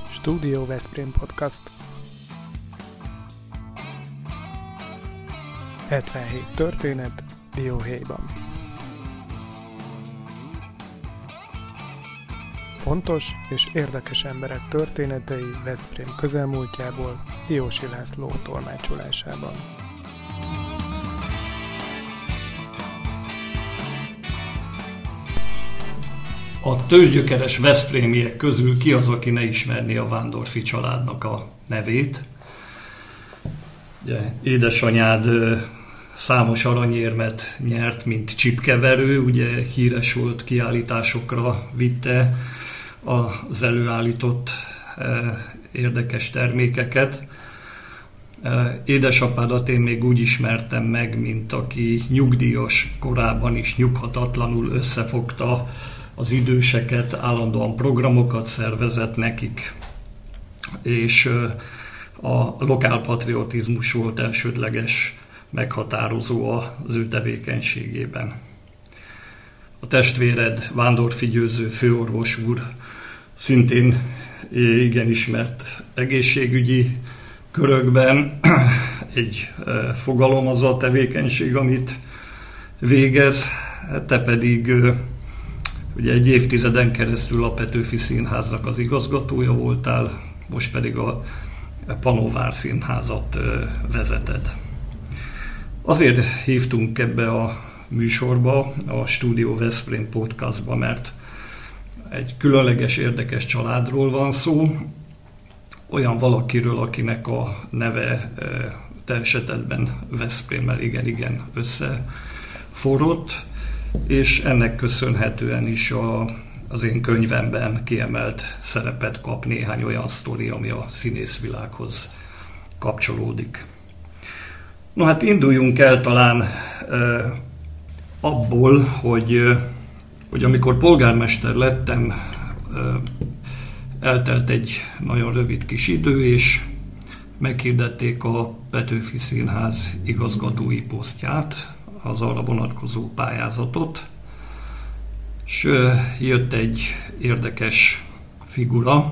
Stúdió Veszprém Podcast. 77 történet Dióhéjban. Fontos és érdekes emberek történetei Veszprém közelmúltjából Diósi László tolmácsolásában. A tőzsgyökeres veszprémiek közül ki az, aki ne ismerné a Vándorffy családnak a nevét? Ugye, édesanyád számos aranyérmet nyert, mint csipkeverő, ugye híres volt, kiállításokra vitte az előállított érdekes termékeket. Édesapádat én még úgy ismertem meg, mint aki nyugdíjas korában is nyughatatlanul összefogta az időseket, állandóan programokat szervezett nekik, és a lokálpatriotizmus volt elsődleges meghatározó az ő tevékenységében. A testvéred, Vándorffy Győző főorvos úr szintén igen ismert egészségügyi körökben. Egy fogalom az a tevékenység, amit végez, te pedig ugye egy évtizeden keresztül a Petőfi Színháznak az igazgatója voltál, most pedig a Panovár Színházat vezeted. Azért hívtunk ebbe a műsorba, a Stúdió Veszprém Podcastba, mert egy különleges, érdekes családról van szó, olyan valakiről, akinek a neve te esetedben Veszprémmel igen összeforrott, és ennek köszönhetően is az én könyvemben kiemelt szerepet kap néhány olyan sztori, ami a színészvilághoz kapcsolódik. No hát induljunk el talán abból, hogy amikor polgármester lettem, eltelt egy nagyon rövid kis idő, és meghirdették a Petőfi Színház igazgatói posztját, az arra vonatkozó pályázatot, és jött egy érdekes figura,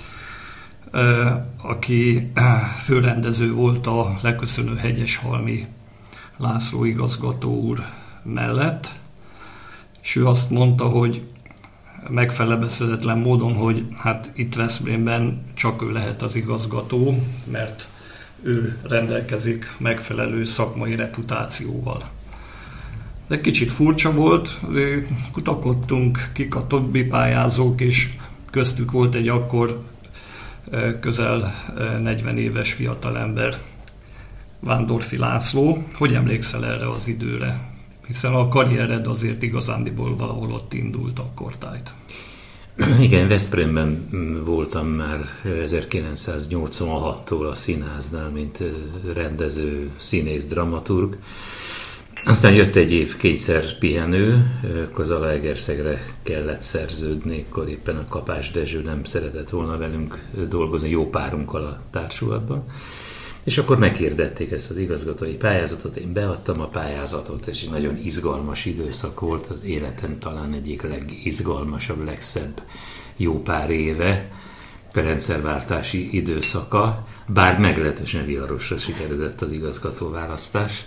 aki főrendező volt a leköszönő Hegyeshalmi László igazgató úr mellett, és ő azt mondta, hogy megfelebezhetetlen módon, hogy hát itt Veszprémben csak ő lehet az igazgató, mert ő rendelkezik megfelelő szakmai reputációval. De kicsit furcsa volt, kutakodtunk, kik a többi pályázók, és köztük volt egy akkor közel 40 éves fiatalember, Vándorffy László. Hogy emlékszel erre az időre? Hiszen a karriered azért igazándiból valahol ott indult akkortájt. Igen, Veszprémben voltam már 1986-tól a színháznál, mint rendező, színész, dramaturg. Aztán jött egy év kényszerpihenő, akkor Zalaegerszegre kellett szerződni, akkor éppen a Kapás Dezső nem szeretett volna velünk dolgozni, jó párunkkal a társulatban. És akkor meghirdették ezt az igazgatói pályázatot, én beadtam a pályázatot, és egy nagyon izgalmas időszak volt, az életem talán egyik legizgalmasabb, legszebb jó pár éve, rendszerváltási időszaka, bár meglehetősen viharosra sikeredett az igazgatóválasztás.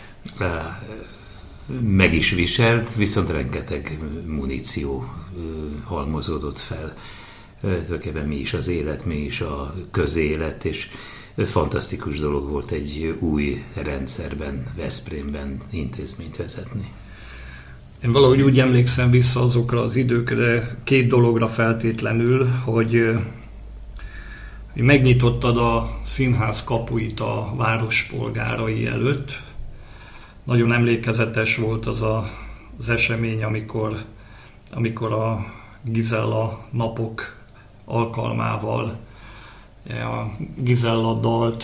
Meg is viselt, viszont rengeteg muníció halmozódott fel. Tulajdonképpen mi is az élet, mi is a közélet, és fantasztikus dolog volt egy új rendszerben, Veszprémben intézményt vezetni. Én valahogy úgy emlékszem vissza azokra az időkre, két dologra feltétlenül, hogy megnyitottad a színház kapuit a város polgárai előtt. Nagyon emlékezetes volt az esemény, amikor a Gizella napok alkalmával a Gizella dalt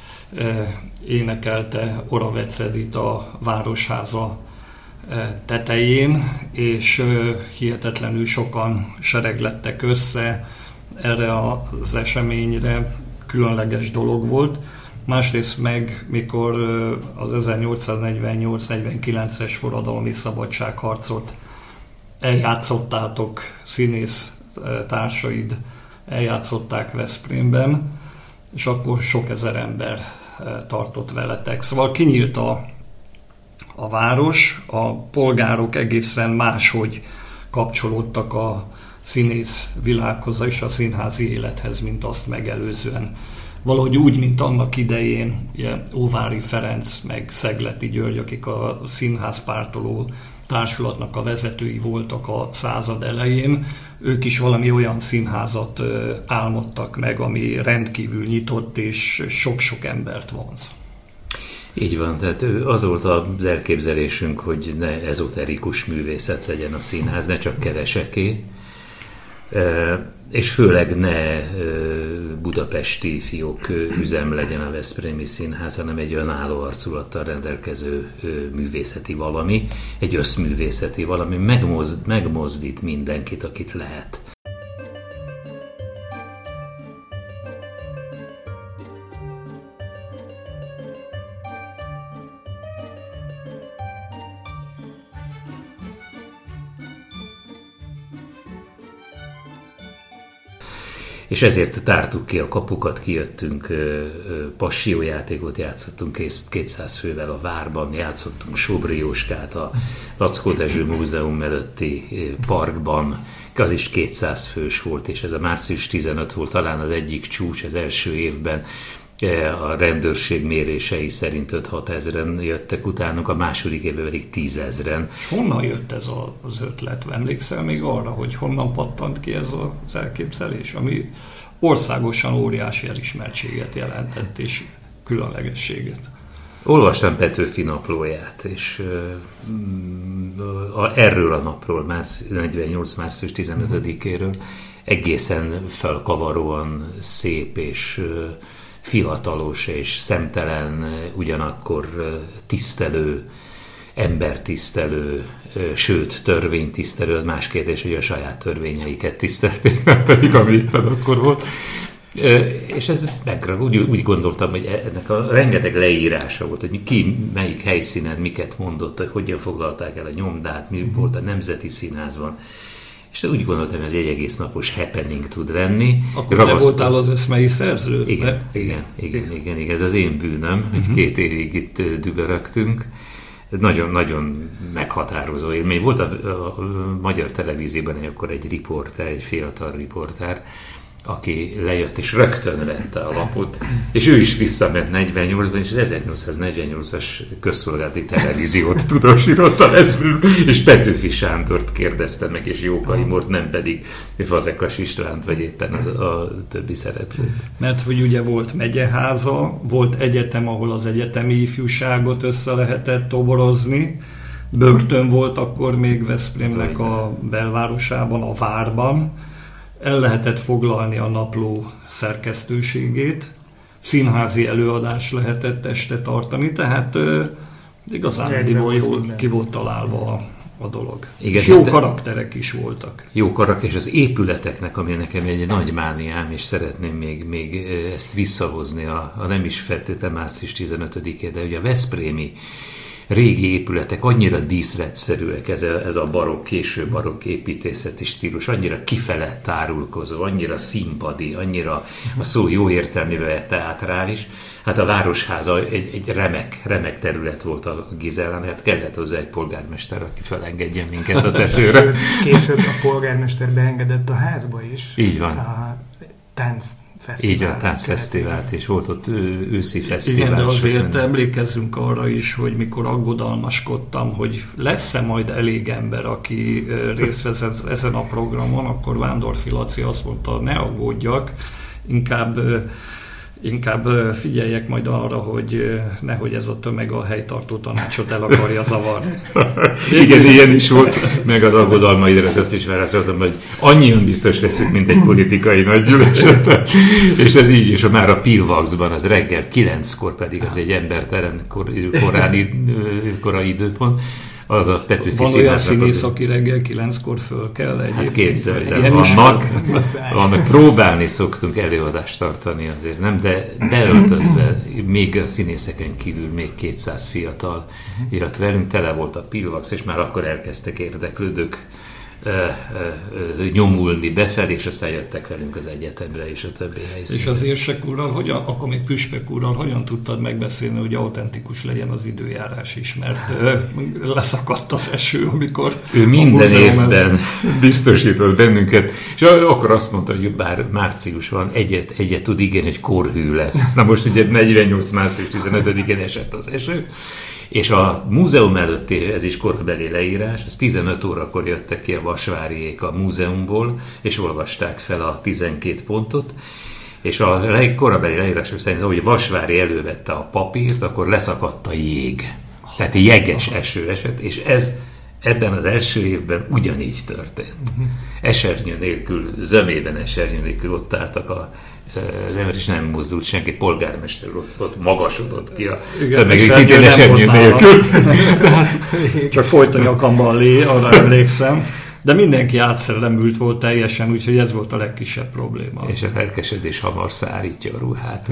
énekelte Oravec Edith a Városháza tetején, és hihetetlenül sokan sereglettek össze erre az eseményre, különleges dolog volt. Másrészt meg, mikor az 1848-49-es forradalmi szabadságharcot eljátszottátok színész társaid eljátszották Veszprémben, és akkor sok ezer ember tartott veletek. Szóval kinyílt a város, a polgárok egészen máshogy kapcsolódtak a színész világhoz és a színházi élethez, mint azt megelőzően. Valahogy úgy, mint annak idején ugye, Óvári Ferenc meg Szegleti György, akik a színházpártoló társulatnak a vezetői voltak a század elején, ők is valami olyan színházat álmodtak meg, ami rendkívül nyitott és sok-sok embert vonz. Így van, tehát az volt az elképzelésünk, hogy ne ezoterikus művészet legyen a színház, ne csak keveseké, és főleg ne budapesti fiók üzem legyen a Veszprémi Színház, hanem egy önálló arculattal rendelkező művészeti valami, egy összművészeti valami, megmozdít mindenkit, akit lehet. És ezért tártuk ki a kapukat, kijöttünk, passió-játékot játszottunk 200 fővel a Várban, játszottunk Sobrióskát a Lackó Dezső Múzeum előtti parkban, az is 200 fős volt, és ez a március 15 volt talán az egyik csúcs az első évben. A rendőrség mérései szerint 5-6 ezeren jöttek utánunk, a második évben pedig 10 ezeren. Honnan jött ez az ötlet? Emlékszel még arra, hogy honnan pattant ki ez az elképzelés, ami országosan óriási elismertséget jelentett és különlegességet? Olvastam Petőfi naplóját, és erről a napról, 48. március 15-éről egészen felkavaróan szép és fiatalos és szemtelen, ugyanakkor tisztelő, embertisztelő, sőt, törvénytisztelő, más kérdés, hogy a saját törvényeiket tisztelték, nem pedig ami éppen akkor volt. És ez úgy gondoltam, hogy ennek a rengeteg leírása volt, hogy ki, melyik helyszínen miket mondott, hogy hogyan foglalták el a nyomdát, mi volt a Nemzeti Színházban. És úgy gondoltam, hogy ez egy egész napos happening tud lenni. Akkor te voltál az eszmei szerző? Igen, ez az én bűnöm, hogy 2 évig itt dübörögtünk. Ez nagyon meghatározó élmény. Volt a magyar televízióban akkor egy riporter, egy fiatal riporter, aki lejött és rögtön vette a lapot, és ő is visszament 48-ban, és az 1848-as közszolgálati televíziót tudósította Veszprém, és Petőfi Sándort kérdezte meg, és Jókai Mort, nem pedig Fazekas Istvánt, vagy éppen a többi szereplőt. Mert hogy ugye volt megyeháza, volt egyetem, ahol az egyetemi ifjúságot össze lehetett toborozni, börtön volt akkor még Veszprémnek a belvárosában, a Várban, el lehetett foglalni a napló szerkesztőségét, színházi előadás lehetett este tartani, tehát igazán jól ki volt találva a dolog. Igen, és jó karakterek is voltak. Jó karakter, és az épületeknek, ami nekem egy nagy mániám, és szeretném még ezt visszahozni, a nem is feltétlenül március 15-é, de ugye a veszprémi régi épületek annyira díszletszerűek, ez a barokk, késő barokk építészeti stílus, annyira kifele tárulkozó, annyira színpadi, annyira a szó jó értelmében teátrális. Hát a Városháza egy remek terület volt a Gizellán, hát kellett hozzá egy polgármester, aki felengedjen minket a tetőre. Később a polgármester beengedett a házba is. Így van. A így a táncfesztivált, és volt ott őszi fesztivál. Igen, de azért emlékezzünk arra is, hogy mikor aggodalmaskodtam, hogy lesz-e majd elég ember, aki részt vesz ezen a programon, akkor Vándorfi Laci azt mondta, ne aggódjak, inkább figyeljek majd arra, hogy nehogy ez a tömeg a helytartó tanácsot el akarja zavarni. Igen, ilyen is volt, meg az aggodalmaidra azt is válaszoltam, hogy annyian biztos leszünk, mint egy politikai nagygyűlés. És ez így is, már a Pilvaxban, az reggel 9-kor pedig az egy embertelen korai időpont, az a Petőfi Van olyan színész, aki reggel 9-kor föl kell egyébként. Hát képzeltem, vannak, próbálni szoktunk előadást tartani azért, nem, de beöltözve, még a színészeken kívül még 200 fiatal jött velünk, tele volt a Pilvax, és már akkor elkezdtek érdeklődők nyomulni befelé, és aztán jöttek velünk az egyetemre és a többi helyszínre. És az érsek úrral, akkor még püspök úrral, hogyan tudtad megbeszélni, hogy autentikus legyen az időjárás is, mert leszakadt az eső, amikor... Ő minden évben biztosított bennünket, és akkor azt mondta, hogy bár március van, egyet tud igen, hogy korhű lesz. Na most ugye 48. március 15-én esett az eső, és a múzeum előtti, ez is korabeli leírás, ez 15 órakor jöttek ki a vasváriék a múzeumból, és olvasták fel a 12 pontot, és a korabeli leírások szerint, ahogy Vasvári elővette a papírt, akkor leszakadt a jég. Tehát jeges eső esett, és ez ebben az első évben ugyanígy történt. Esernyő nélkül, zömében esernyő nélkül ott álltak az ember is nem mozdult senki, polgármester ott magasodott ki a tömegek, szintén esernyő nélkül. Csak folyt a nyakamban lé, arra emlékszem. De mindenki átszellemült volt teljesen, úgyhogy ez volt a legkisebb probléma. És a lelkesedés hamar szárítja a ruhát.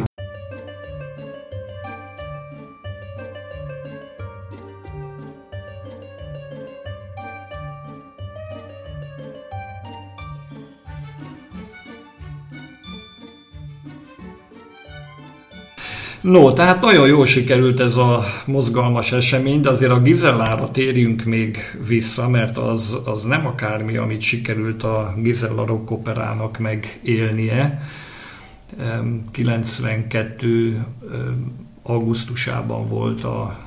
No, tehát nagyon jól sikerült ez a mozgalmas esemény, de azért a Gizellára térjünk még vissza, mert az nem akármi, amit sikerült a Gizella Rock Operának megélnie. 92. augusztusában volt a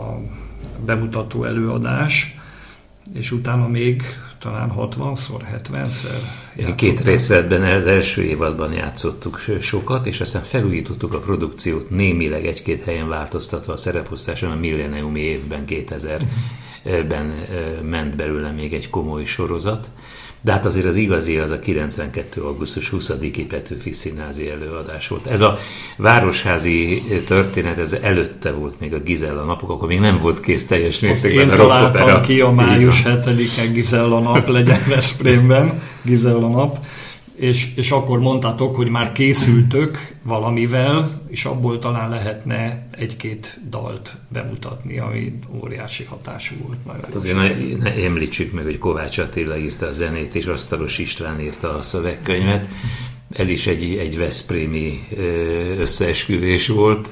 bemutató előadás, és utána még talán 60-szor, 70-szer játszottuk. 2 részletben, az első évadban játszottuk sokat, és aztán felújítottuk a produkciót némileg egy-két helyen változtatva a szereposztáson. A millenniumi évben, 2000-ben ment belőle még egy komoly sorozat. De hát azért az igazi az a 92. augusztus 20-i Petőfi Színházi előadás volt. Ez a városházi történet, ez előtte volt még a Gizella napok, akkor még nem volt kész teljes mértékben a rock opera. Én találtam ki a május 7-e Gizella nap legyen Veszprémben, Gizella nap, és akkor mondtátok, hogy már készültök valamivel, és abból talán lehetne egy-két dalt bemutatni, ami óriási hatású volt. Hát azért ne említsük meg, hogy Kovács Attila írta a zenét, és Asztalos István írta a szövegkönyvet. Ez is egy veszprémi összeesküvés volt,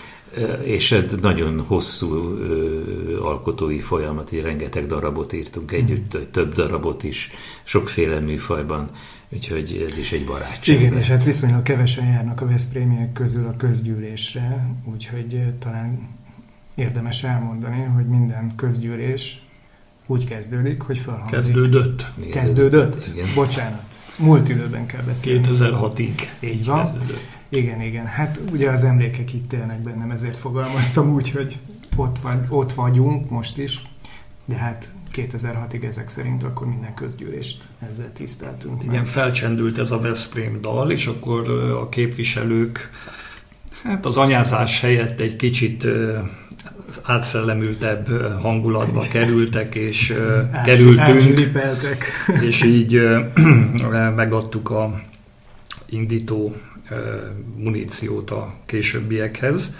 és nagyon hosszú alkotói folyamat, hogy rengeteg darabot írtunk együtt, több darabot is, sokféle műfajban. Úgyhogy ez is egy barátság. Igen, és hát viszonylag kevesen járnak a veszprémiek közül a közgyűlésre, úgyhogy talán érdemes elmondani, hogy minden közgyűlés úgy kezdődik, hogy felhangzik. Kezdődött? Igen. Bocsánat. Múlt időben kell beszélni. 2006-ig. Így van. Kezdődött. Igen. Hát ugye az emlékek itt élnek bennem, ezért fogalmaztam úgy, hogy ott vagyunk most is, de hát 2006-ig ezek szerint akkor minden közgyűlést ezzel tiszteltünk. Igen, felcsendült ez a Veszprém dal, és akkor a képviselők hát az anyázás helyett egy kicsit átszellemültebb hangulatba kerültek, és kerültünk, és így megadtuk a indító muníciót a későbbiekhez.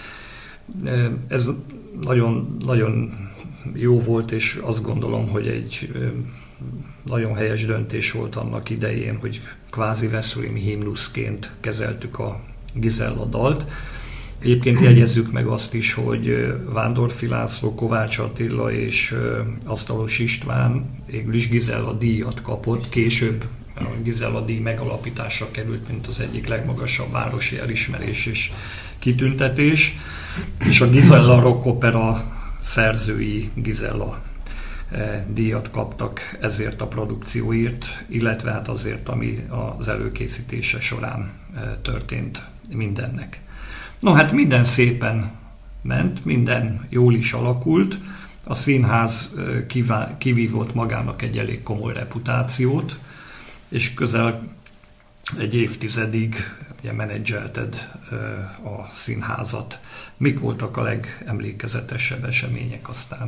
Ez nagyon, nagyon jó volt, és azt gondolom, hogy egy nagyon helyes döntés volt annak idején, hogy kvázi veszprémi himnuszként kezeltük a Gizella dalt. Egyébként jegyezzük meg azt is, hogy Vándorffy László, Kovács Attila és Asztalos István végül is Gizella díjat kapott, később a Gizella díj megalapításra került, mint az egyik legmagasabb városi elismerés és kitüntetés, és a Gizella Rock Opera szerzői Gizella díjat kaptak ezért a produkcióért, illetve hát azért, ami az előkészítése során történt mindennek. No, hát minden szépen ment, minden jól is alakult. A színház kivívott magának egy elég komoly reputációt, és közel egy évtizedig menedzselted a színházat. Mik voltak a legemlékezetesebb események aztán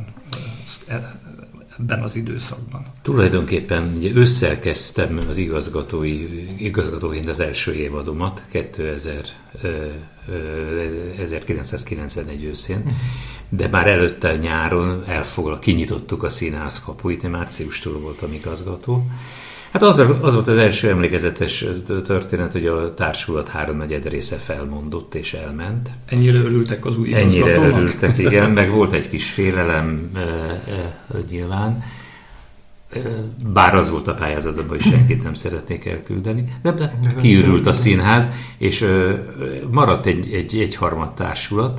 ebben az időszakban? Tulajdonképpen ugye ősszel kezdtem az igazgatóként az első évadomat, 1991 őszén, de már előtte nyáron kinyitottuk a színház kapuit, én márciustól voltam igazgató. Hát az volt az első emlékezetes történet, hogy a társulat 3/4 része felmondott és elment. Ennyire örültek az új igazgatónak? Ennyire örültek, igen, meg volt egy kis félelem nyilván. Bár az volt a pályázatban, hogy senkit nem szeretnék elküldeni, de kiürült a színház, és maradt egy harmad társulat,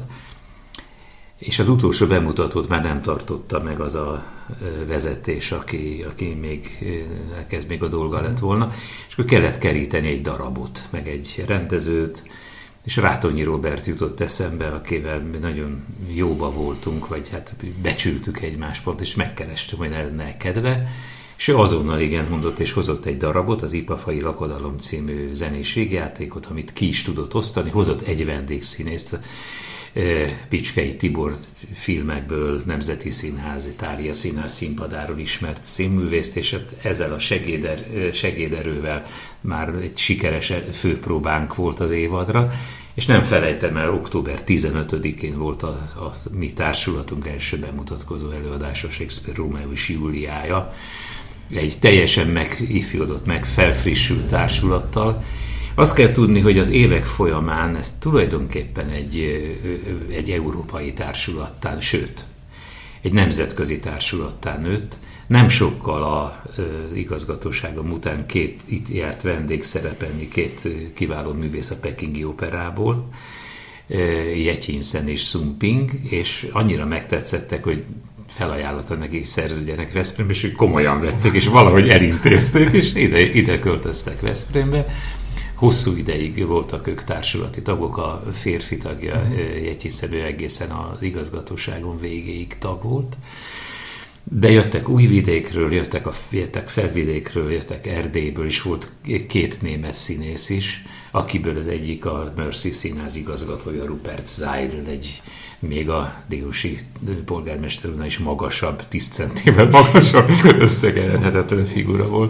és az utolsó bemutatót már nem tartotta meg az a vezetés, aki még a dolga lett volna, és akkor kellett keríteni egy darabot, meg egy rendezőt, és Rátonyi Róbert jutott eszembe, akivel nagyon jóba voltunk, vagy hát becsültük egymást pont, és megkerestem, hogy lenne kedve, és ő azonnal igen mondott, és hozott egy darabot, az Ipafai Lakodalom című zenés végjátékot, amit ki is tudott osztani, hozott egy vendégszínészt, Picskei Tibor filmekből, Nemzeti Színház, Itália Színház színpadáról ismert színművészt, és ezzel a segéderővel már egy sikeres főpróbánk volt az évadra, és nem felejtem el, október 15-én volt a mi társulatunk első bemutatkozó előadása, Shakespeare Rómeó és Júliája, egy teljesen megifjodott, felfrissült társulattal. Azt kell tudni, hogy az évek folyamán ez tulajdonképpen egy európai társulattá, sőt, egy nemzetközi társulattá nőtt. Nem sokkal a igazgatóságom után itt járt vendég szerepelni két kiváló művész a Pekingi Operából, Jetyinsen és Sun Ping, és annyira megtetszettek, hogy felajánlotta nekik, szerződjenek Veszprémbe, és ők komolyan vették, és valahogy elintézték, és ide költöztek Veszprémbe. Hosszú ideig voltak ők társulati tagok, a férfi tagja Jetyinsen, ő egészen az igazgatóságon végéig tag volt. De jöttek Újvidékről, jöttek Felvidékről, jöttek Erdélyből, és volt két német színész is, akiből az egyik a Mercy Színház igazgatója, Rupert Seidl, még a diósi polgármester úrnál is magasabb, 10 centivel magasabb, összekeverhetetlen figura volt.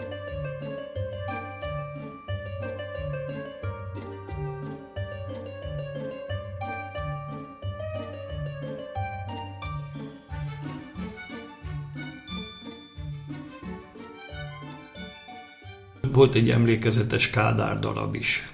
Volt egy emlékezetes Kádár darab is.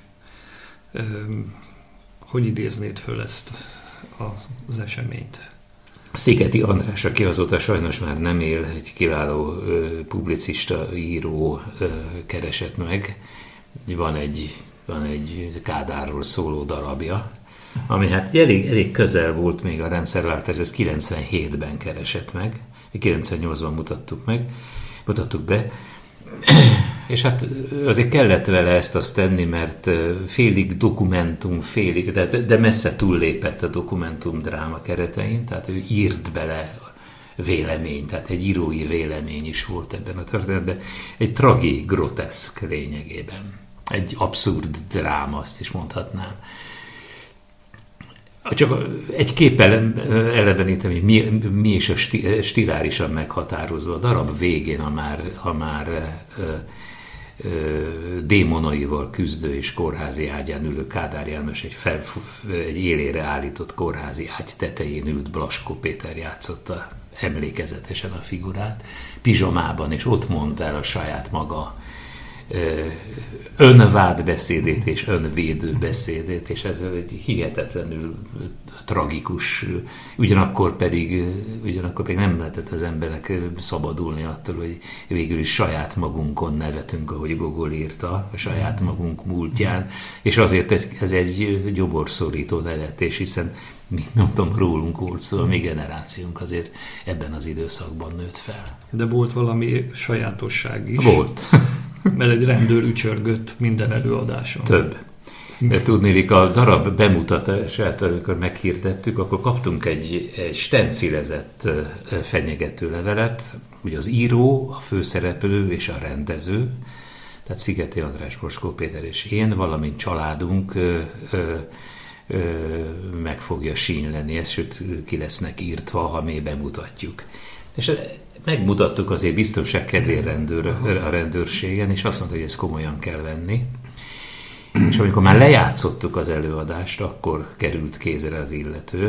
Hogy idéznéd föl ezt az eseményt? Szigeti András, aki azóta sajnos már nem él, egy kiváló publicista, író keresett meg. Van egy Kádárról szóló darabja, ami hát elég közel volt még a rendszerváltás, ez 97-ben keresett meg, 98-ban mutattuk be, és hát azért kellett vele ezt tenni, mert félig dokumentum, de messze túllépett a dokumentum dráma keretein, tehát ő írt bele véleményt, tehát egy írói vélemény is volt ebben a történetben, egy groteszk lényegében, egy abszurd dráma, azt is mondhatnám. Csak egy képpel elevenítem, hogy mi is a stilárisan meghatározó. A darab végén, ha már démonaival küzdő és kórházi ágyán ülő Kádár János egy élére állított kórházi ágy tetején ült, Blaskó Péter játszotta emlékezetesen a figurát, pizsamában, és ott mondta el a saját maga önvádbeszédét és önvédő beszédét, és ez egy hihetetlenül tragikus, ugyanakkor pedig nem lehetett az emberek szabadulni attól, hogy végül is saját magunkon nevetünk, ahogy Gogol írta, a saját magunk múltján, és azért ez egy gyoborszorító nevetés, hiszen mi mondtam, rólunk volt szó, a mi generációnk azért ebben az időszakban nőtt fel. De volt valami sajátosság is. Volt. Mert egy rendőr ücsörgött minden előadáson. Több. De tudnélik, a darab bemutatását, amikor meghirdettük, akkor kaptunk egy stencilezett fenyegető levelet, hogy az író, a főszereplő és a rendező, tehát Szigeti András, Blaskó Péter és én, valamint családunk meg fogja sínyleni, ezt sőt ki lesznek írtva, ha mi bemutatjuk. És megmutattuk azért biztonság kedvére a rendőrségen, és azt mondta, hogy ezt komolyan kell venni. És amikor már lejátszottuk az előadást, akkor került kézre az illető,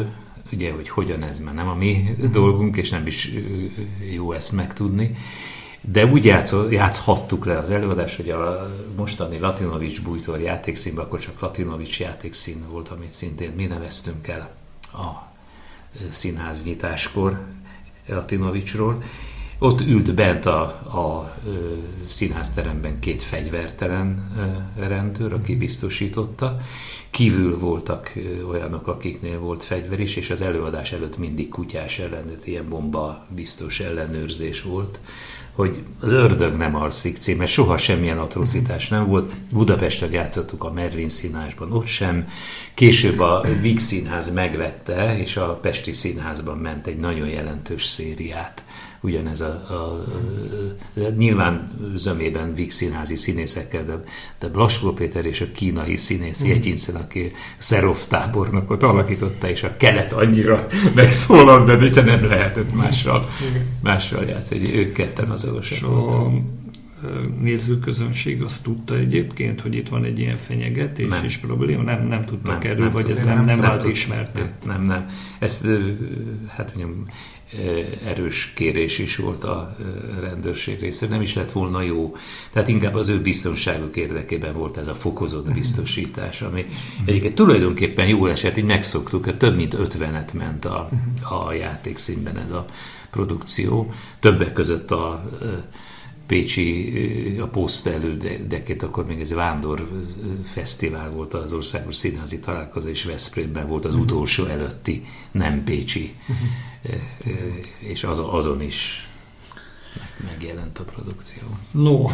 ugye, hogy hogyan ez már nem a mi dolgunk, és nem is jó ezt megtudni. De úgy játszhattuk le az előadást, hogy a mostani Latinovics bújtor játékszínben, akkor csak Latinovics játékszín volt, amit szintén mi neveztünk el a színház nyitáskor Latinovicsról. Ott ült bent a színházteremben 2 fegyvertelen rendőr, aki biztosította. Kívül voltak olyanok, akiknél volt fegyver is, és az előadás előtt mindig kutyás ellenőrzés, ilyen bomba biztos ellenőrzés volt, hogy az ördög nem alszik címe, soha semmilyen atrocitás nem volt. Budapesten játszottuk a Merlin színházban, ott sem. Később a Víg Színház megvette, és a Pesti Színházban ment egy nagyon jelentős szériát. Ugyanez nyilván zömében Víg színházi színészekkel, de Blaskó Péter és a kínai színész Jegyincen, aki Szerov tábornokot alakította, és a kelet annyira megszólalt be, de nem lehetett mással játszani, hogy ők ketten azonosak voltak. Nézőközönség azt tudta egyébként, hogy itt van egy ilyen fenyegetés és probléma? Nem tudtak erről, vagy ez nem vált ismerté? Nem. Ezt, hát mondjam, erős kérés is volt a rendőrség részéről, nem is lett volna jó. Tehát inkább az ő biztonságuk érdekében volt ez a fokozott biztosítás, ami egyébként tulajdonképpen jól esett, így megszoktuk, több mint 50-et ment a játékszínben ez a produkció. Többek között a pécsi, a Poszt elődekét, akkor még ez Vándor fesztivál volt, az Országos Színházi Találkozó, és Veszprémben volt az utolsó előtti, nem pécsi, és azon is megjelent a produkció. No,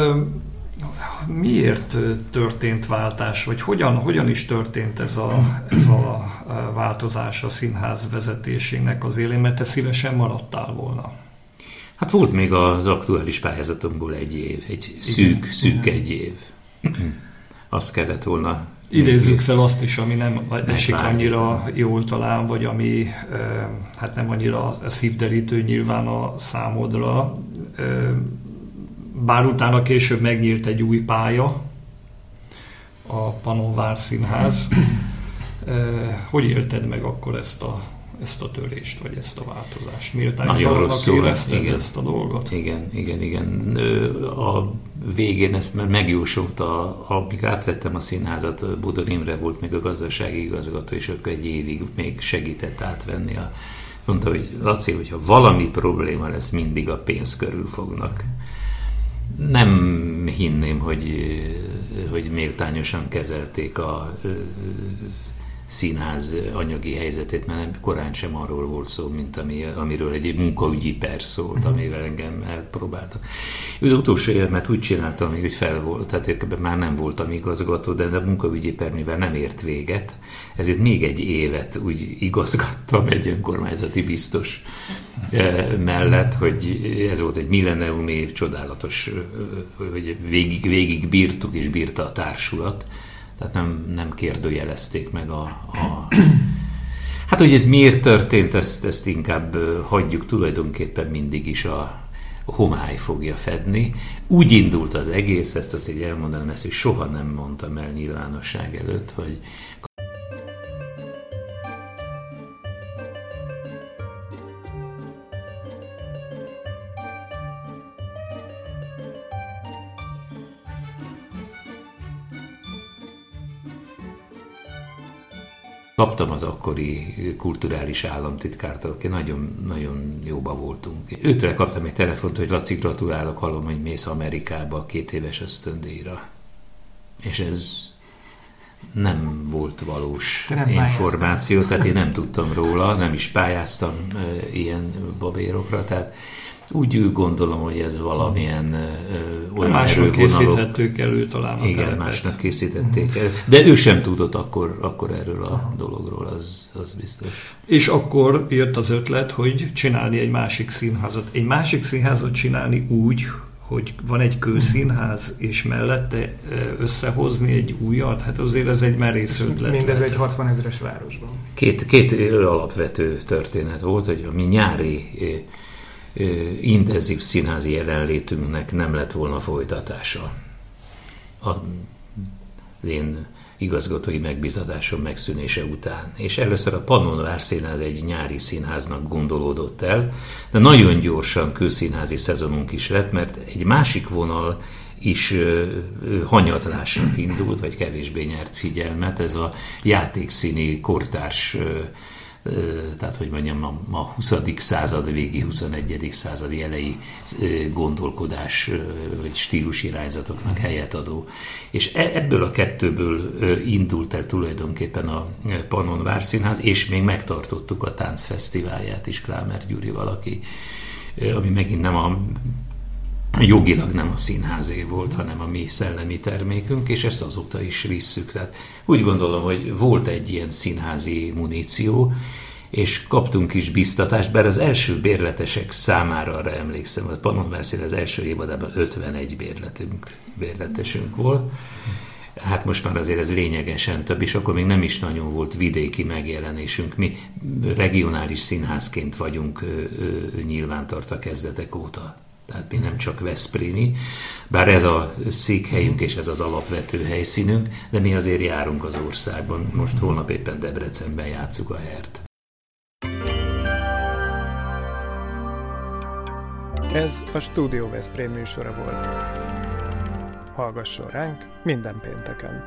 miért történt váltás, vagy hogyan is történt ez a változás a színház vezetésének az élén, mert te szívesen maradtál volna? Hát volt még az aktuális pályázatomból egy év, egy szűk egy év. Azt kellett volna... Idézzük fel azt is, ami nem esik annyira jól talán, vagy ami hát nem annyira szívderítő nyilván a számodra. Bár utána később megnyílt egy új pálya, a Pannonvár Színház. Hogy élted meg akkor ezt a törést, vagy ezt a változást? Méltányolnak érezted ezt a dolgot? Igen. A végén ezt megjósolta, amikor átvettem a színházat, Budor Imre volt még a gazdasági igazgató, és akkor egy évig még segített átvenni. Mondta, hogy Laci, hogyha valami probléma lesz, mindig a pénz körül fognak. Nem hinném, hogy méltányosan kezelték a színház anyagi helyzetét, mert nem, korán sem arról volt szó, mint amiről egy munkaügyi per szólt, amivel engem elpróbáltak. Az utolsó évemet úgy csináltam, hogy fel volt, tehát már nem voltam igazgató, de a munkaügyi per, mivel nem ért véget, ezért még egy évet úgy igazgattam egy önkormányzati biztos mellett, hogy ez volt egy millennium év, csodálatos, hogy végig bírtuk és bírta a társulat. Tehát nem kérdőjelezték meg Hát, hogy ez miért történt, ezt inkább hagyjuk, tulajdonképpen mindig is a homály fogja fedni. Úgy indult az egész, ezt azért elmondanám, ezt is soha nem mondtam el nyilvánosság előtt, hogy kaptam az akkori kulturális államtitkártól, aki nagyon jóba voltunk. Őtől kaptam egy telefont, hogy Laci, gratulálok, hallom, hogy mész Amerikába 2 éves ösztöndíjra. És ez nem volt valós információ, tehát én nem tudtam róla, nem is pályáztam ilyen babérokra, tehát úgy gondolom, hogy ez valamilyen olyan másnak készítettük elő talán a igen, telepet. Másnak készítették elő. De ő sem tudott akkor erről a dologról, az biztos. És akkor jött az ötlet, hogy csinálni egy másik színházat. Egy másik színházat csinálni úgy, hogy van egy kőszínház, és mellette összehozni egy újat, hát azért ez egy merész ötlet. Mindez egy 60 000-es városban. Két alapvető történet volt, hogy a mi nyári intenzív színházi jelenlétünknek nem lett volna folytatása. Az én igazgatói megbízatásom megszűnése után. És először a Pannon Várszínház egy nyári színháznak gondolódott el, de nagyon gyorsan kőszínházi szezonunk is lett, mert egy másik vonal is hanyatlásnak indult, vagy kevésbé nyert figyelmet, ez a játékszíni kortárs, tehát hogy mondjam, a 20. század végi, 21. századi elejé gondolkodás vagy stílusirányzatoknak helyet adó. És ebből a kettőből indult el tulajdonképpen a Pannon Várszínház, és még megtartottuk a táncfesztiválját is Klámer Gyurival, ami megint nem jogilag nem a színházé volt, hanem a mi szellemi termékünk, és ezt azóta is visszük. Tehát úgy gondolom, hogy volt egy ilyen színházi muníció, és kaptunk is biztatást, bár az első bérletesek számára arra emlékszem, hogy Pannon Várszínház az első évadában 51 bérletesünk volt. Hát most már azért ez lényegesen több, és akkor még nem is nagyon volt vidéki megjelenésünk. Mi regionális színházként vagyunk nyilvántartva kezdetek óta. Tehát mi nem csak veszprémi, bár ez a székhelyünk és ez az alapvető helyszínünk, de mi azért járunk az országban. Most holnap éppen Debrecenben játsszuk a Hert. Ez a Stúdió Veszprém műsora volt. Hallgasson ránk minden pénteken!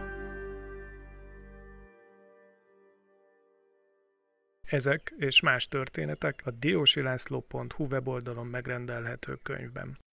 Ezek és más történetek a diósilászló.hu weboldalon megrendelhető könyvben.